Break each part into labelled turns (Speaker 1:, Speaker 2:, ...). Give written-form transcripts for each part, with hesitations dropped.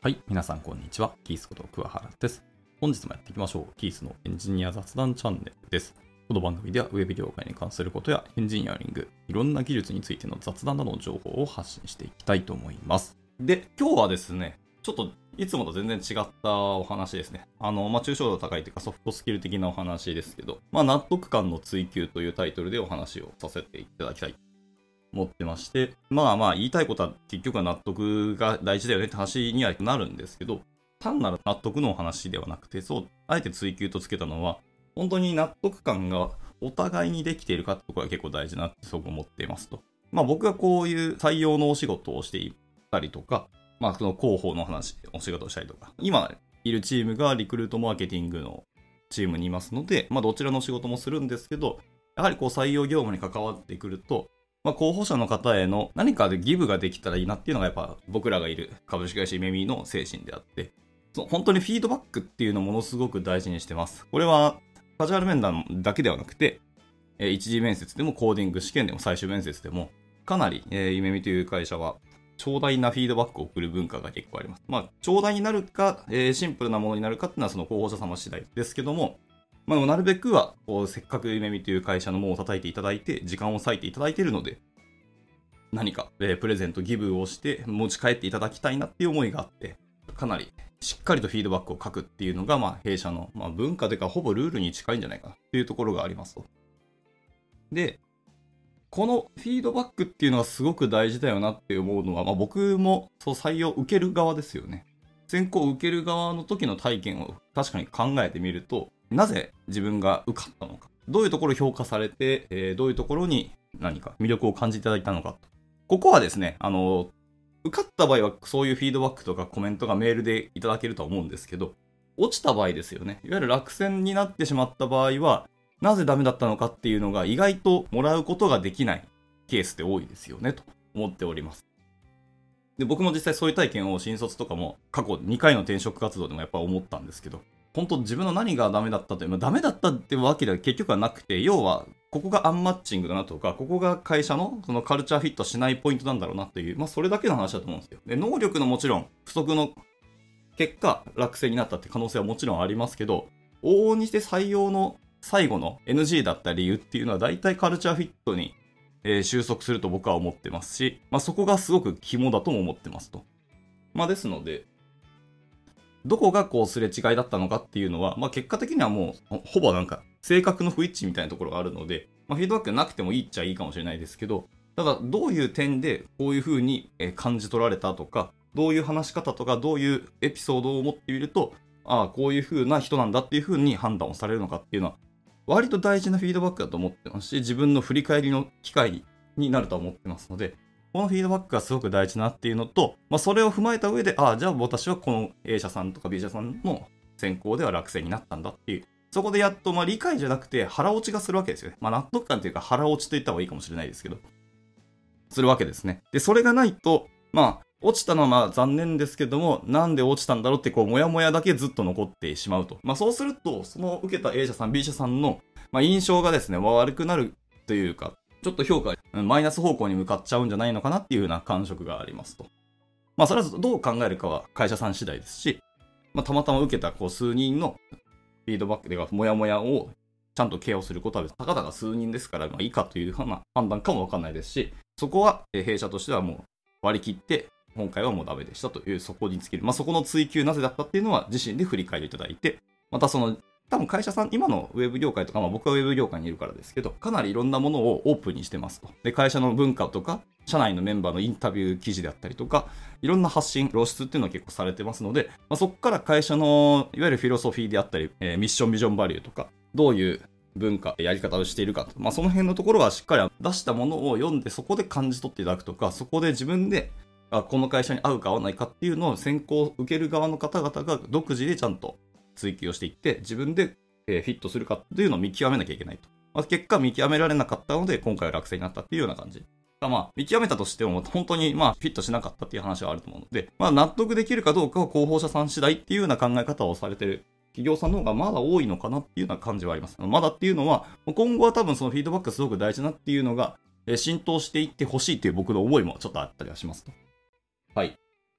Speaker 1: はい、皆さんこんにちは。キースこと桑原です。本日もやっていきましょう。キースのエンジニア雑談チャンネルです。この番組ではウェブ業界に関することやエンジニアリング、いろんな技術についての雑談などの情報を発信していきたいと思います。で、今日はですね、ちょっといつもと全然違ったお話ですね。抽象度高いというかソフトスキル的なお話ですけど、納得感の追求というタイトルでお話をさせていただきたい。思ってまして、言いたいことは結局は納得が大事だよねって話にはなるんですけど、単なる納得のお話ではなくて、あえて追求とつけたのは、本当に納得感がお互いにできているかってところが結構大事なってそう思っていますと。僕がこういう採用のお仕事をしていたりとか、その広報のお仕事をしたりとか、今いるチームがリクルートマーケティングのチームにいますので、どちらの仕事もするんですけど、やはり採用業務に関わってくると、候補者の方への何かでギブができたらいいなっていうのがやっぱ僕らがいる株式会社イメミの精神であって、本当にフィードバックっていうのをものすごく大事にしてます。これはカジュアル面談だけではなくて、一次面接でもコーディング試験でも最終面接でもかなりイメミという会社は長大なフィードバックを送る文化が結構あります。長大になるか、シンプルなものになるかっていうのはその候補者様次第ですけども、なるべくはせっかくイメミという会社の門を叩いていただいて時間を割いていただいているので、何かプレゼントギブをして持ち帰っていただきたいなっていう思いがあって、かなりしっかりとフィードバックを書くっていうのが弊社の文化というかほぼルールに近いんじゃないかなっていうところがありますと。で、このフィードバックっていうのがすごく大事だよなって思うのは、僕も採用受ける側ですよね。選考を受ける側の時の体験を確かに考えてみると、なぜ自分が受かったのか、どういうところ評価されて、どういうところに何か魅力を感じていただいたのかと。ここはですね、受かった場合はそういうフィードバックとかコメントがメールでいただけるとは思うんですけど、落ちた場合ですよね。いわゆる落選になってしまった場合は、なぜダメだったのかっていうのが意外ともらうことができないケースって多いですよねと思っております。で、僕も実際そういう体験を新卒とかも過去2回の転職活動でもやっぱ思ったんですけど、本当自分の何がダメだったという、ダメだったってわけでは結局はなくて、要はここがアンマッチングだなとか、ここが会社のそのカルチャーフィットしないポイントなんだろうなという、それだけの話だと思うんですよ。で、能力のもちろん不足の結果落選になったって可能性はもちろんありますけど、往々にして採用の最後の NG だった理由っていうのは大体カルチャーフィットに収束すると僕は思ってますし、そこがすごく肝だとも思ってますと。ですので、どこがすれ違いだったのかっていうのは、結果的にはもうほぼ性格の不一致みたいなところがあるので、フィードバックなくてもいいっちゃいいかもしれないですけど、ただどういう点でこういう風に感じ取られたとか、どういう話し方とかどういうエピソードを持ってみると、こういう風な人なんだっていう風に判断をされるのかっていうのは割と大事なフィードバックだと思ってますし、自分の振り返りの機会になると思ってますので、このフィードバックがすごく大事なっていうのと、それを踏まえた上で、じゃあ私はこの A 社さんとか B 社さんの選考では落選になったんだっていう、そこでやっと理解じゃなくて腹落ちがするわけですよね。納得感というか腹落ちと言った方がいいかもしれないですけど、するわけですね。で、それがないと、落ちたのは残念ですけども、なんで落ちたんだろうってモヤモヤだけずっと残ってしまうと。そうすると、その受けた A 社さん、B 社さんの、印象がですね、悪くなるというか、ちょっと評価がマイナス方向に向かっちゃうんじゃないのかなっていうような感触がありますと。それはどう考えるかは会社さん次第ですし、たまたま受けた数人のフィードバックでモヤモヤをちゃんとケアをすることは、たかだか数人ですから、いいかという判断かもわかんないですし、そこは弊社としてはもう割り切って、今回はもうダメでしたという、そこに尽きる。そこの追求なぜだったっていうのは自身で振り返りいただいて、また多分会社さん、今のウェブ業界とか、僕はウェブ業界にいるからですけど、かなりいろんなものをオープンにしてますと。で、会社の文化とか、社内のメンバーのインタビュー記事であったりとか、いろんな発信、露出っていうのは結構されてますので、そこから会社の、いわゆるフィロソフィーであったり、ミッション、ビジョン、バリューとか、どういう文化、やり方をしているかと。その辺のところはしっかり出したものを読んで、そこで感じ取っていただくとか、そこで自分で、この会社に合うか合わないかっていうのを選考を受ける側の方々が独自でちゃんと追求をしていって、自分でフィットするかっていうのを見極めなきゃいけないと。結果見極められなかったので、今回は落選になったっていうような感じ。見極めたとしても、本当にフィットしなかったっていう話はあると思うので、納得できるかどうかは広報者さん次第っていうような考え方をされてる企業さんの方がまだ多いのかなっていうような感じはあります。まだっていうのは、今後は多分そのフィードバックがすごく大事なっていうのが、浸透していってほしいっていう僕の思いもちょっとあったりはしますと。はい。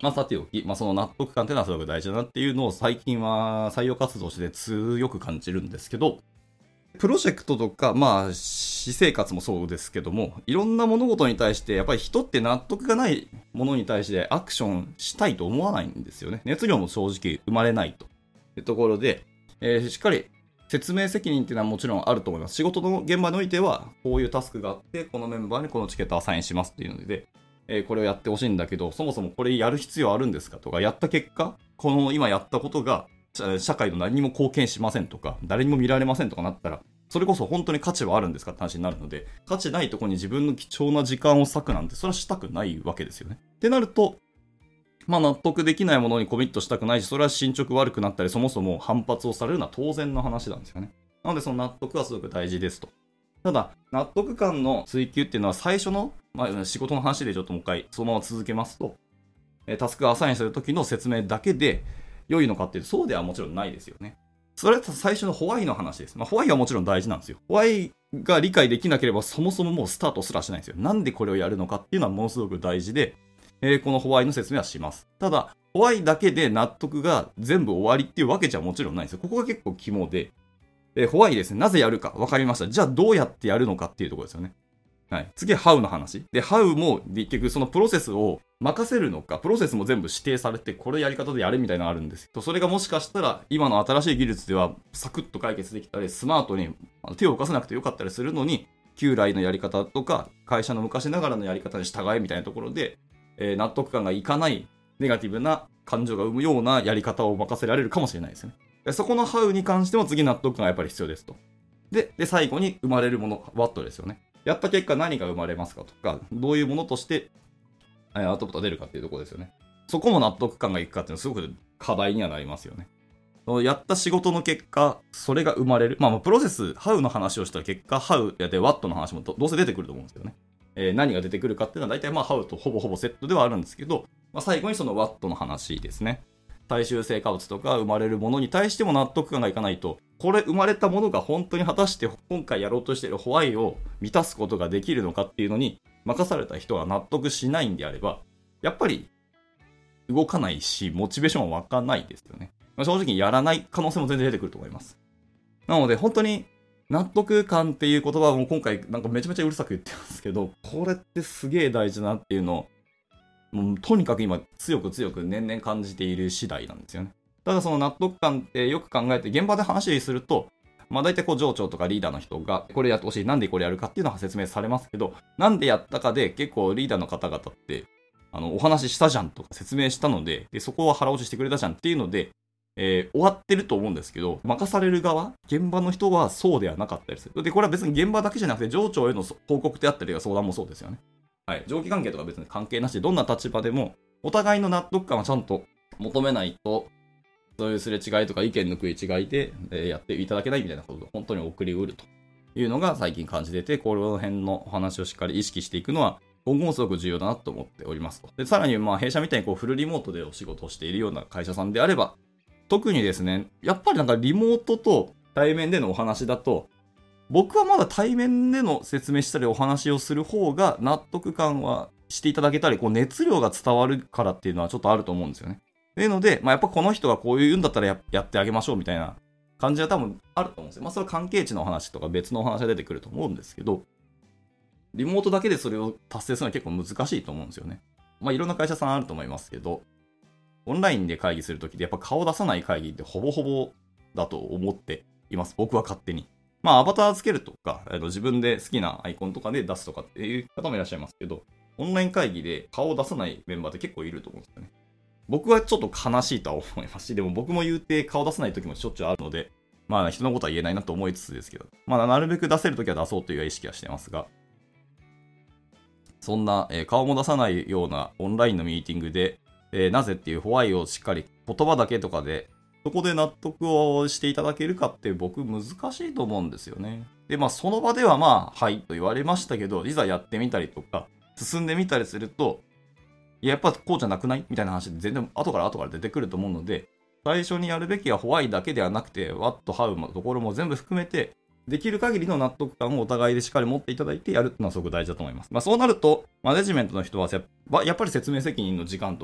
Speaker 1: さておき、その納得感っていうのはすごく大事だなっていうのを最近は採用活動して強く感じるんですけど、プロジェクトとか、私生活もそうですけども、いろんな物事に対して、やっぱり人って納得がないものに対してアクションしたいと思わないんですよね。熱量も正直生まれないというところで、しっかり説明責任っていうのはもちろんあると思います。仕事の現場においては、こういうタスクがあって、このメンバーにこのチケットをアサインしますっていうので、これをやってほしいんだけど、そもそもこれやる必要あるんですかとか、やった結果、この今やったことが、社会の何にも貢献しませんとか、誰にも見られませんとかなったら、それこそ本当に価値はあるんですかって話になるので、価値ないところに自分の貴重な時間を割くなんて、それはしたくないわけですよね。ってなると、納得できないものにコミットしたくないし、それは進捗悪くなったり、そもそも反発をされるのは当然の話なんですよね。なので、その納得はすごく大事ですと。ただ、納得感の追求っていうのは最初の、仕事の話でちょっともう一回そのまま続けますと、タスクをアサインするときの説明だけで良いのかっていうと、そうではもちろんないですよね。それは最初のホワイの話です。ホワイはもちろん大事なんですよ。ホワイが理解できなければそもそももうスタートすらしないんですよ。なんでこれをやるのかっていうのはものすごく大事で、このホワイの説明はします。ただ、ホワイだけで納得が全部終わりっていうわけじゃもちろんないんですよ。ここが結構肝で、ホワイですね。なぜやるか分かりました。じゃあどうやってやるのかっていうところですよね。はい。次は How の話。で、How も結局そのプロセスを任せるのか、プロセスも全部指定されて、これやり方でやるみたいなのがあるんですけど、それがもしかしたら今の新しい技術ではサクッと解決できたり、スマートに手を動かさなくてよかったりするのに、旧来のやり方とか、会社の昔ながらのやり方に従えみたいなところで、納得感がいかないネガティブな感情が生むようなやり方を任せられるかもしれないですよね。でそこの How に関しても次納得感がやっぱり必要ですと。で、最後に生まれるもの、What ですよね。やった結果何が生まれますかとか、どういうものとしてアウトプットが出るかっていうところですよね。そこも納得感がいくかっていうのはすごく課題にはなりますよね。やった仕事の結果、それが生まれる。プロセス、How の話をしたら結果、How やで What の話もどうせ出てくると思うんですよね。何が出てくるかっていうのは大体How とほぼほぼセットではあるんですけど、最後にその What の話ですね。大衆成果物とか生まれるものに対しても納得感がいかないと、これ生まれたものが本当に果たして今回やろうとしているホワイを満たすことができるのかっていうのに任された人が納得しないんであれば、やっぱり動かないし、モチベーションは湧かないですよね。正直やらない可能性も全然出てくると思います。なので本当に納得感っていう言葉も今回なんかめちゃめちゃうるさく言ってますけど、これってすげえ大事だなっていうのをもうとにかく今強く年々感じている次第なんですよね。ただその納得感ってよく考えて現場で話すると、大体上長とかリーダーの人がこれやってほしい、なんでこれやるかっていうのは説明されますけど、なんでやったかで結構リーダーの方々ってお話ししたじゃんとか説明したので、そこは腹落ちしてくれたじゃんっていうので、終わってると思うんですけど、任される側、現場の人はそうではなかったりする。で、これは別に現場だけじゃなくて上長への報告であったり相談もそうですよね。はい、上下関係とか別に関係なしでどんな立場でもお互いの納得感はちゃんと求めないと、そういうすれ違いとか意見の食い違いで、やっていただけないみたいなことを本当に送りうるというのが最近感じてて、この辺のお話をしっかり意識していくのは今後もすごく重要だなと思っておりますと。でさらに弊社みたいにフルリモートでお仕事をしているような会社さんであれば、特にですね、やっぱりなんかリモートと対面でのお話だと、僕はまだ対面での説明したりお話をする方が納得感はしていただけたり、熱量が伝わるからっていうのはちょっとあると思うんですよね。というので、やっぱこの人がこういうんだったら やってあげましょうみたいな感じは多分あると思うんですよ。それは関係値の話とか別のお話が出てくると思うんですけど、リモートだけでそれを達成するのは結構難しいと思うんですよね。いろんな会社さんあると思いますけど、オンラインで会議するときでやっぱ顔出さない会議ってほぼほぼだと思っています。僕は勝手に。アバターつけるとか、自分で好きなアイコンとかで出すとかっていう方もいらっしゃいますけど、オンライン会議で顔を出さないメンバーって結構いると思うんですよね。僕はちょっと悲しいとは思いますし、でも僕も言うて顔出さない時もしょっちゅうあるので、人のことは言えないなと思いつつですけど、なるべく出せる時は出そうという意識はしてますが、そんな、顔も出さないようなオンラインのミーティングで、なぜっていうホワイをしっかり言葉だけとかでそこで納得をしていただけるかって僕難しいと思うんですよね。で、その場でははいと言われましたけど、いざやってみたりとか、進んでみたりすると、やっぱこうじゃなくないみたいな話で全然後から出てくると思うので、最初にやるべきはホワイだけではなくて、What、How のところも全部含めて、できる限りの納得感をお互いでしっかり持っていただいてやるっていうのはすごく大事だと思います。そうなると、マネジメントの人はやっぱり説明責任の時間とか、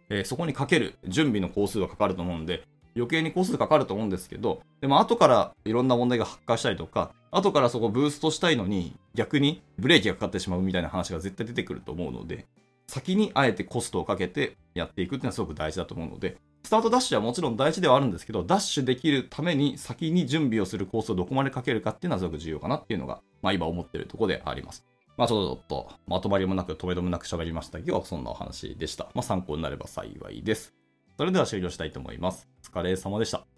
Speaker 1: そこにかける準備の工数がかかると思うんで、余計に工数かかると思うんですけど、でも後からいろんな問題が発覚したりとか、後からそこをブーストしたいのに逆にブレーキがかかってしまうみたいな話が絶対出てくると思うので、先にあえてコストをかけてやっていくっていうのはすごく大事だと思うので、スタートダッシュはもちろん大事ではあるんですけど、ダッシュできるために先に準備をするコースをどこまでかけるかっていうのはすごく重要かなっていうのが、今思っているところであります。ちょっとまとまりもなく止めどもなく喋りました。今日はそんなお話でした。参考になれば幸いです。それでは終了したいと思います。お疲れ様でした。